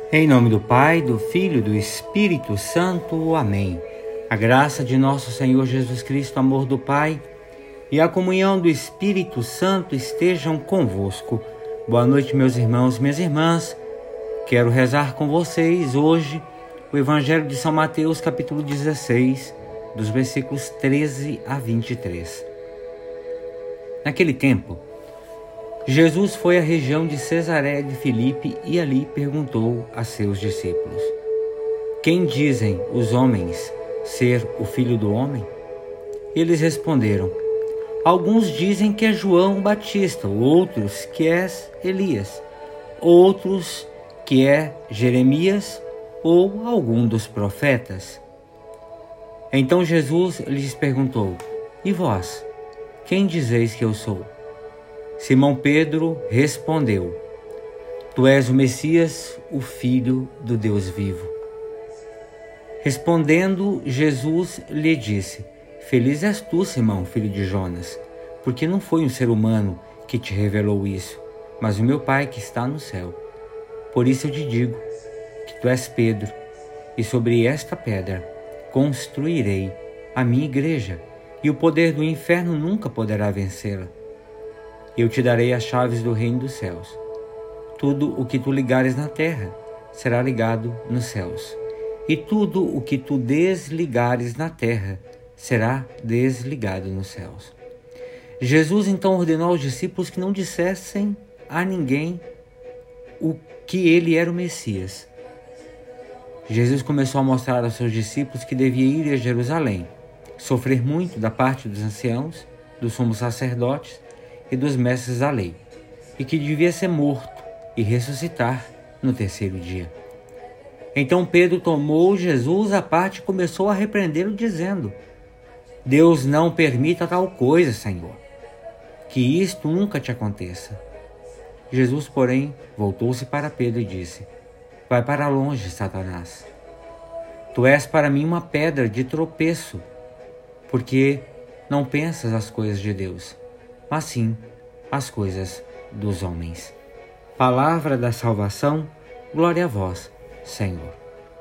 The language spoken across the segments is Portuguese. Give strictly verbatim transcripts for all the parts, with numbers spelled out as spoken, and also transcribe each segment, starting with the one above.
Em nome do Pai, do Filho e do Espírito Santo. Amém. A graça de nosso Senhor Jesus Cristo, o amor do Pai e a comunhão do Espírito Santo estejam convosco. Boa noite, meus irmãos e minhas irmãs. Quero rezar com vocês hoje o Evangelho de São Mateus, capítulo dezesseis, dos versículos treze a vinte e três. Naquele tempo, Jesus foi à região de Cesareia de Filipe e ali perguntou a seus discípulos: Quem dizem os homens ser o Filho do Homem? Eles responderam: Alguns dizem que é João Batista, outros que é Elias, outros que é Jeremias ou algum dos profetas. Então Jesus lhes perguntou: E vós, quem dizeis que eu sou? Simão Pedro respondeu: Tu és o Messias, o Filho do Deus vivo. Respondendo, Jesus lhe disse: Feliz és tu, Simão, filho de Jonas, porque não foi um ser humano que te revelou isso, mas o meu Pai que está no céu. Por isso eu te digo que tu és Pedro, e sobre esta pedra construirei a minha igreja, e o poder do inferno nunca poderá vencê-la. Eu te darei as chaves do reino dos céus. Tudo o que tu ligares na terra será ligado nos céus, e tudo o que tu desligares na terra será desligado nos céus. Jesus então ordenou aos discípulos que não dissessem a ninguém o que ele era o Messias. Jesus começou a mostrar aos seus discípulos que devia ir a Jerusalém, sofrer muito da parte dos anciãos, dos sumos sacerdotes e dos mestres da lei, e que devia ser morto e ressuscitar no terceiro dia. Então Pedro tomou Jesus à parte e começou a repreendê-lo, dizendo: Deus não permita tal coisa, Senhor, que isto nunca te aconteça. Jesus, porém, voltou-se para Pedro e disse: Vai para longe, Satanás. Tu és para mim uma pedra de tropeço, porque não pensas as coisas de Deus, mas sim as coisas dos homens. Palavra da salvação, glória a vós, Senhor.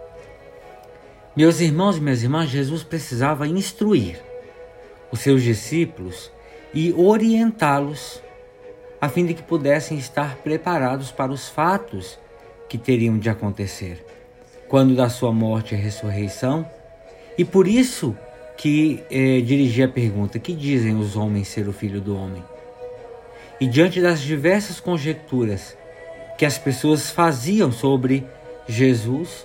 Meus irmãos e minhas irmãs, Jesus precisava instruir os seus discípulos e orientá-los a fim de que pudessem estar preparados para os fatos que teriam de acontecer quando da sua morte e ressurreição, e por isso que eh, dirigia a pergunta: que dizem os homens ser o Filho do Homem? E diante das diversas conjecturas que as pessoas faziam sobre Jesus,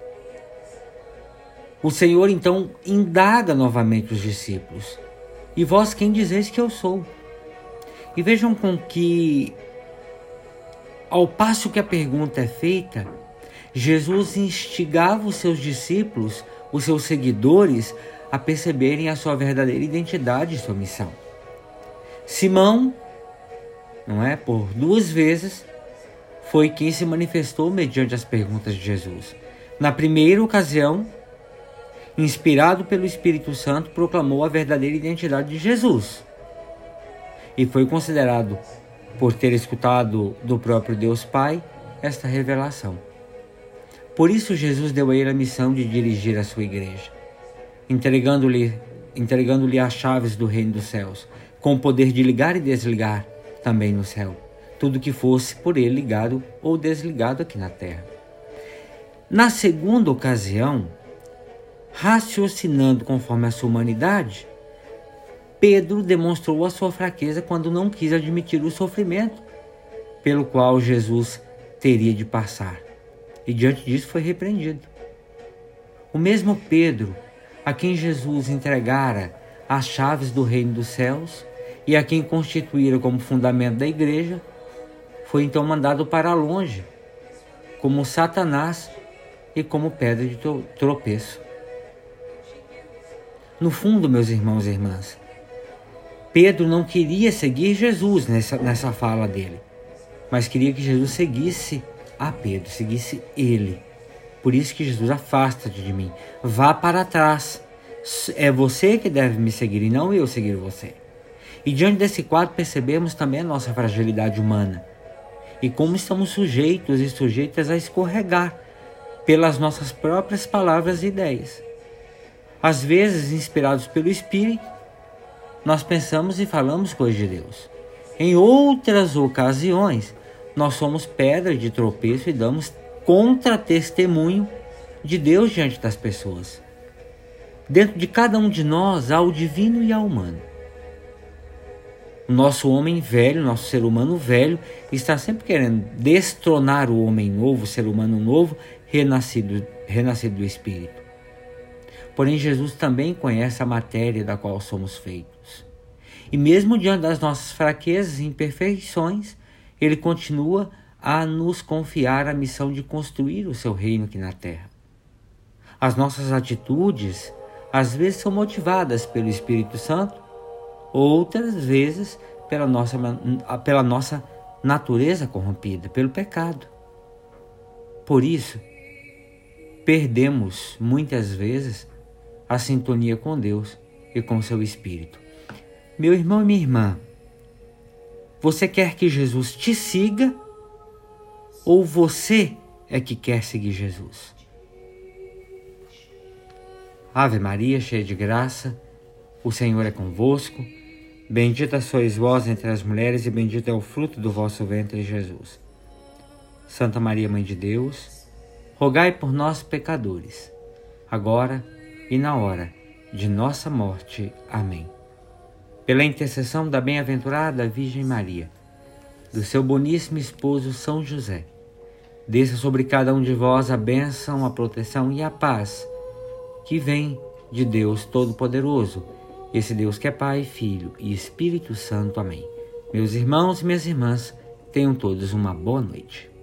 o Senhor então indaga novamente os discípulos: E vós quem dizeis que eu sou? E vejam com que, ao passo que a pergunta é feita, Jesus instigava os seus discípulos, os seus seguidores, a perceberem a sua verdadeira identidade e sua missão. Simão, não é, por duas vezes, foi quem se manifestou mediante as perguntas de Jesus. Na primeira ocasião, inspirado pelo Espírito Santo, proclamou a verdadeira identidade de Jesus. E foi considerado, por ter escutado do próprio Deus Pai, esta revelação. Por isso Jesus deu a ele a missão de dirigir a sua igreja, entregando-lhe entregando-lhe as chaves do reino dos céus, com o poder de ligar e desligar também no céu tudo que fosse por ele ligado ou desligado aqui na terra. Na segunda ocasião, raciocinando conforme a sua humanidade, Pedro demonstrou a sua fraqueza quando não quis admitir o sofrimento pelo qual Jesus teria de passar, e diante disso foi repreendido. O mesmo Pedro, a quem Jesus entregara as chaves do reino dos céus e a quem constituíra como fundamento da igreja, foi então mandado para longe, como Satanás e como pedra de tropeço. No fundo, meus irmãos e irmãs, Pedro não queria seguir Jesus nessa, nessa fala dele, mas queria que Jesus seguisse a Pedro, seguisse ele. Por isso que Jesus: afasta-te de mim, vá para trás, é você que deve me seguir e não eu seguir você. E diante desse quadro percebemos também a nossa fragilidade humana e como estamos sujeitos e sujeitas a escorregar pelas nossas próprias palavras e ideias. Às vezes, inspirados pelo Espírito, nós pensamos e falamos coisas de Deus. Em outras ocasiões, nós somos pedra de tropeço e damos contra-testemunho de Deus diante das pessoas. Dentro de cada um de nós há o divino e há o humano. O nosso homem velho, nosso ser humano velho, está sempre querendo destronar o homem novo, o ser humano novo, renascido, renascido do Espírito. Porém, Jesus também conhece a matéria da qual somos feitos. E mesmo diante das nossas fraquezas e imperfeições, Ele continua a nos confiar a missão de construir o seu reino aqui na terra. As nossas atitudes, às vezes, são motivadas pelo Espírito Santo, outras vezes pela nossa, pela nossa natureza corrompida, pelo pecado. Por isso, perdemos muitas vezes a sintonia com Deus e com seu Espírito. Meu irmão e minha irmã, você quer que Jesus te siga ou você é que quer seguir Jesus? Ave Maria, cheia de graça, o Senhor é convosco. Bendita sois vós entre as mulheres e bendito é o fruto do vosso ventre, Jesus. Santa Maria, Mãe de Deus, rogai por nós, pecadores, agora e na hora de nossa morte. Amém. Pela intercessão da bem-aventurada Virgem Maria, do seu boníssimo esposo São José, desça sobre cada um de vós a bênção, a proteção e a paz que vem de Deus Todo-Poderoso, esse Deus que é Pai, Filho e Espírito Santo. Amém. Meus irmãos e minhas irmãs, tenham todos uma boa noite.